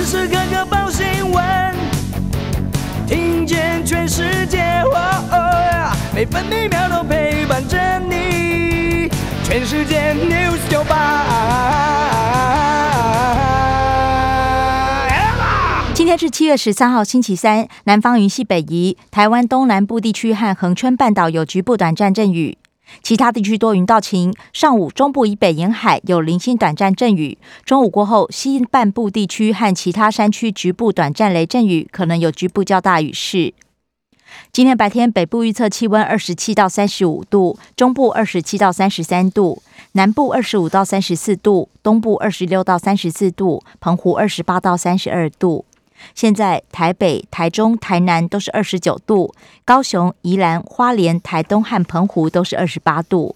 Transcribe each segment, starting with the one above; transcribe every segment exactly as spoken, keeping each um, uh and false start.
时刻刻报新闻，听见全世界，哦哦，每分每秒都陪伴着你。全世界 News 九八。 今天是七月十三号，星期三。南方云系北移，台湾东南部地区和恒春半岛有局部短暂阵雨。其他地区多云到晴，上午中部以北沿海有零星短暂阵雨，中午过后西半部地区和其他山区局部短暂雷阵雨，可能有局部较大雨势。今天白天北部预测气温二十七到三十五度，中部二十七到三十三度，南部二十五到三十四度，东部二十六到三十四度，澎湖二十八到三十二度。现在台北、台中、台南都是二十九度，高雄、宜兰、花莲、台东和澎湖都是二十八度。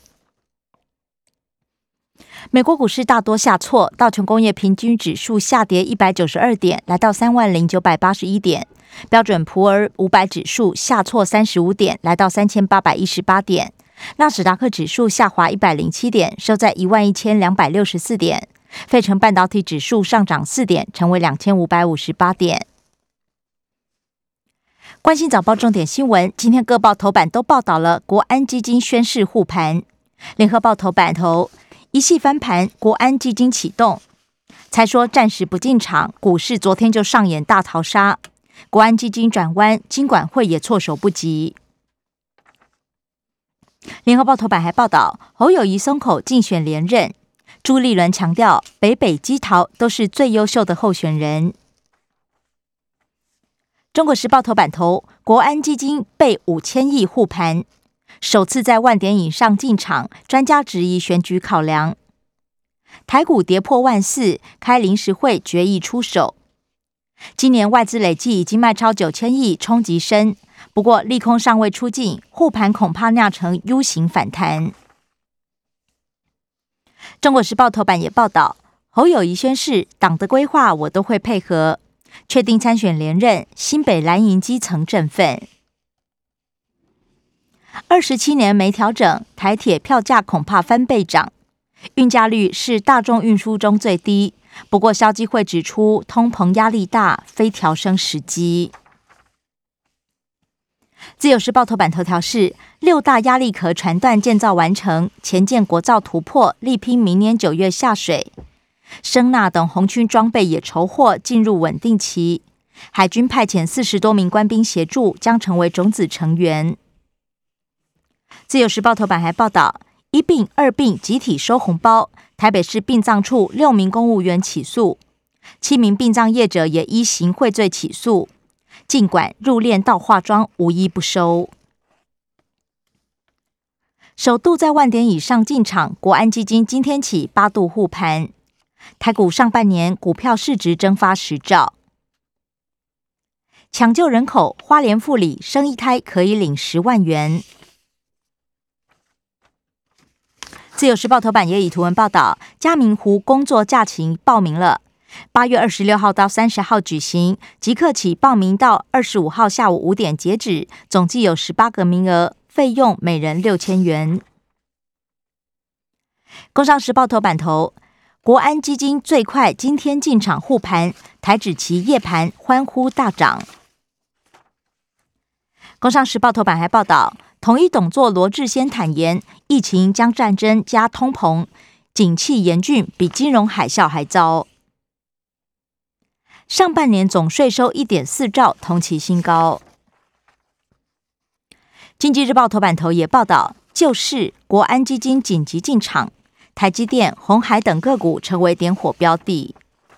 美国股市大多下挫，道琼工业平均指数下跌一百九十二点，来到三万零九百八十一点；标准普尔五百指数下挫三十五点，来到三千八百一十八点；纳斯达克指数下滑一百零七点，收在一万一千两百六十四点。费城半导体指数上涨四点，成为两千五百五十八点。关心早报重点新闻，今天各报头版都报道了国安基金宣示护盘。联合报头版头一系翻盘，国安基金启动，才说暂时不进场，股市昨天就上演大逃杀。国安基金转弯，金管会也措手不及。联合报头版还报道侯友宜松口竞选连任。朱立伦强调，北北基桃都是最优秀的候选人。中国时报头版头，国安基金备五千亿护盘，首次在万点以上进场，专家质疑选举考量。台股跌破万四，开临时会决议出手。今年外资累计已经卖超九千亿，冲击深。不过利空尚未出尽，护盘恐怕酿成 U 型反弹。中国时报头版也报道，侯友宜宣示，党的规划我都会配合，确定参选连任，新北蓝营基层振奋。二十七年没调整，台铁票价恐怕翻倍涨，运价率是大众运输中最低。不过消基会指出，通膨压力大，非调升时机。自由时报头版头条是六大压力壳船段建造完成，前建国造突破，力拼明年九月下水。声纳等红军装备也筹获，进入稳定期。海军派遣四十多名官兵协助，将成为种子成员。自由时报头版还报道，一并二并集体收红包，台北市殡葬处六名公务员起诉，七名殡葬业者也依行贿罪起诉。尽管入殓到化妆无一不收。首度在万点以上进场，国安基金今天起八度护盘。台股上半年股票市值蒸发十兆。抢救人口，花莲妇里生一胎可以领十万元。自由时报头版也以图文报道，嘉明湖工作假期报名了。八月二十六号到三十号举行，即刻起报名到二十五号下午五点截止，总计有十八个名额，费用每人六千元。工商时报头版头，国安基金最快今天进场护盘，台指期夜盘欢呼大涨。工商时报头版还报道，统一董座罗志先坦言，疫情将战争加通膨，景气严峻，比金融海啸还糟。上半年总税收 一点四兆，同期新高。经济日报头版头也报道，救市国安基金紧急进场，台积电、鸿海等个股成为点火标的。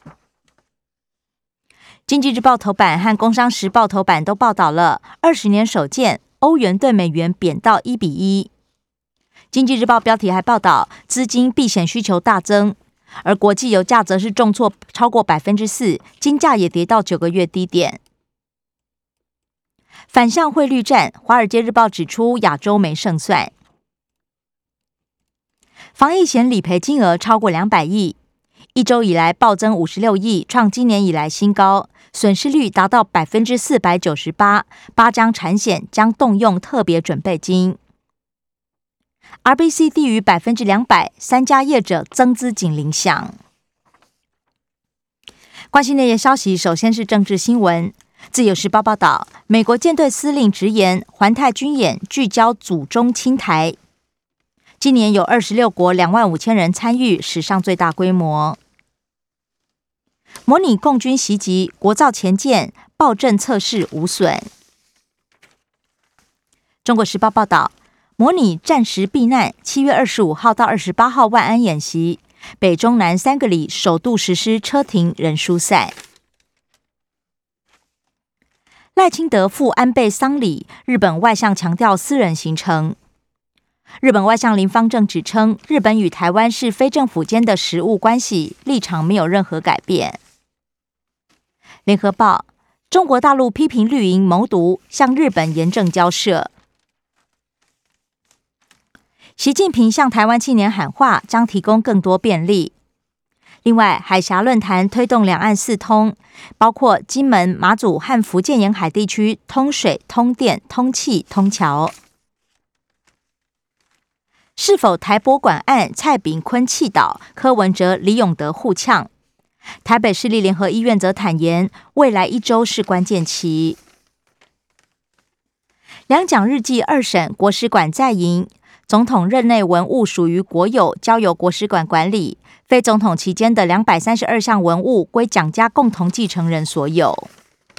经济日报头版和工商时报头版都报道了二十年首见欧元对美元贬到一比一。经济日报标题还报道，资金避险需求大增。而国际油价则是重挫超过百分之四，金价也跌到九个月低点。反向汇率战，华尔街日报指出亚洲没胜算。防疫险理赔金额超过两百亿，一周以来暴增五十六亿，创今年以来新高，损失率达到百分之四百九十八。八张产险将动用特别准备金。R B C 低于百分之两百，三家业者增资仅零响。 关心内页消息，首先是政治新闻。自由时报报道，美国舰队司令直言，环太军演聚焦祖中侵台。今年有二十六国两万五千人参与，史上最大规模。模拟共军袭击，国造前舰爆震测试无损。中国时报报道，模拟战时避难，七月二十五号到二十八号万安演习，北中南三个里首度实施车停人疏散。赖清德赴安倍丧礼，日本外相强调私人行程。日本外相林芳正指称，日本与台湾是非政府间的实务关系，立场没有任何改变。联合报，中国大陆批评绿营谋独，向日本严正交涉。习近平向台湾青年喊话，将提供更多便利。另外，海峡论坛推动两岸四通，包括金门、马祖和福建沿海地区通水、通电、通气、通桥。是否台博馆案蔡炳坤弃导，柯文哲、李永德互呛。台北市立联合医院则坦言，未来一周是关键期。两蒋日记二审，国史馆再赢。总统任内文物属于国有，交由国史馆管理；非总统期间的两百三十二项文物归蒋家共同继承人所有。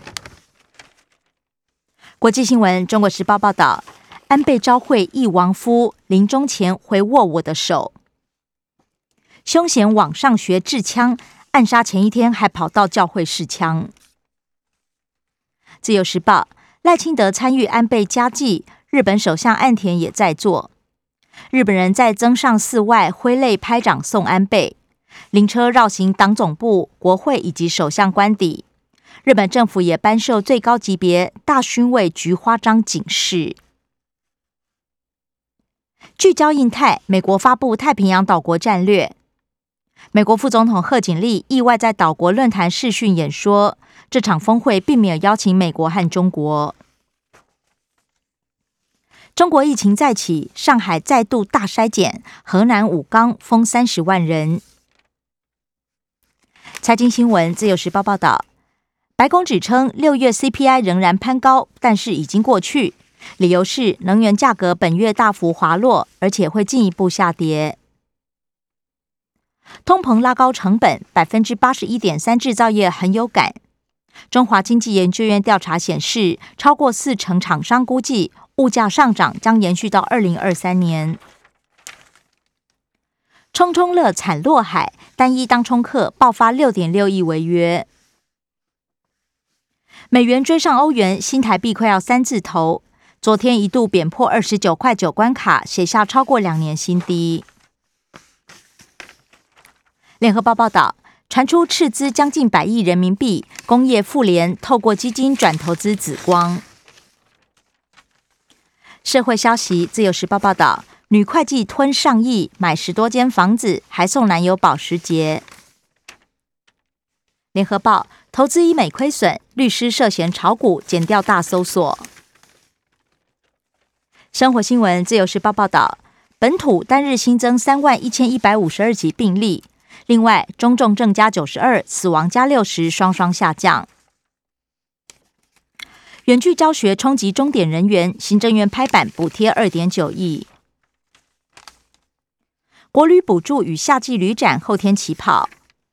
国际新闻，中国时报报道，安倍昭惠忆亡夫，临终前回握我的手。凶嫌网上学制枪，暗杀前一天还跑到教会试枪。自由时报，赖清德参与安倍家祭，日本首相岸田也在座。日本人在增上寺外挥泪拍掌送安倍，灵车绕行党总部、国会以及首相官邸。日本政府也颁授最高级别大勋位菊花章警示。聚焦印太，美国发布太平洋岛国战略。美国副总统贺锦丽意外在岛国论坛视讯演说，这场峰会并没有邀请美国和中国。中国疫情再起，上海再度大筛检，河南武冈封三十万人。财经新闻，自由时报报道，白宫指称六月 C P I 仍然攀高，但是已经过去，理由是能源价格本月大幅滑落，而且会进一步下跌。通膨拉高成本， 百分之八十一点三 制造业很有感。中华经济研究院调查显示，超过四成厂商估计物价上涨将延续到二零二三年。冲冲乐惨落海，单一当冲客爆发 六点六亿违约。美元追上欧元，新台币快要三字头，昨天一度贬破二十九块九关卡，写下超过两年新低。联合报报道，传出斥资将近百亿人民币，工业妇联透过基金转投资紫光。社会消息，自由时报报道，女会计吞上亿买十多间房子，还送男友保时捷。联合报，投资医美亏损，律师涉嫌炒股，检调大搜索。生活新闻，自由时报报道，本土单日新增三万一千一百五十二起病例。另外，中重症加九十二，死亡加六十，双双下降。远距教学冲击钟点人员，行政院拍板补贴 二点九亿。国旅补助与夏季旅展后天起跑。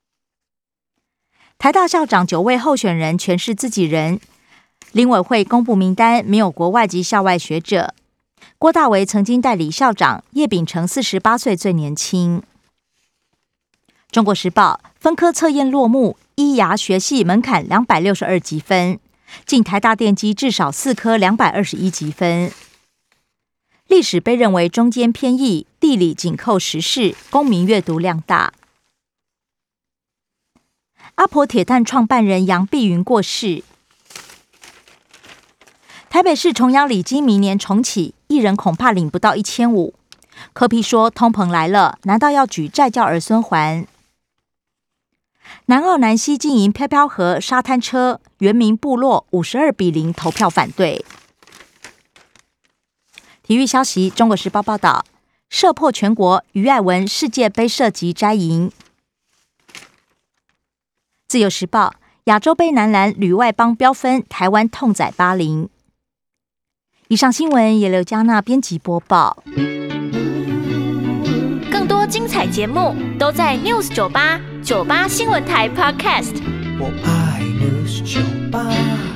台大校长九位候选人全是自己人，林委会公布名单，没有国外及校外学者。郭大为曾经代理校长，叶秉成四十八岁最年轻。中国时报，分科测验落幕，医牙学系门槛两百六十二积分，进台大电机至少四科两百二十一积分。历史被认为中间偏异，地理紧扣时事，公民阅读量大。阿婆铁蛋创办人杨碧云过世。台北市重阳礼金明年重启，一人恐怕领不到一千五。柯 P 说通膨来了，难道要举债叫儿孙还？南澳南溪经营飘飘河沙滩车，原民部落五十二比零投票反对。体育消息，中国时报报道，射破全国，于爱文世界杯射击摘银。自由时报， 亚洲杯男篮旅外帮飙分，台湾痛宰巴林。以上新闻由刘嘉娜编辑播报。 更多精彩节目都在 News 九八九八新闻台 Podcast。 我爱 News 九八。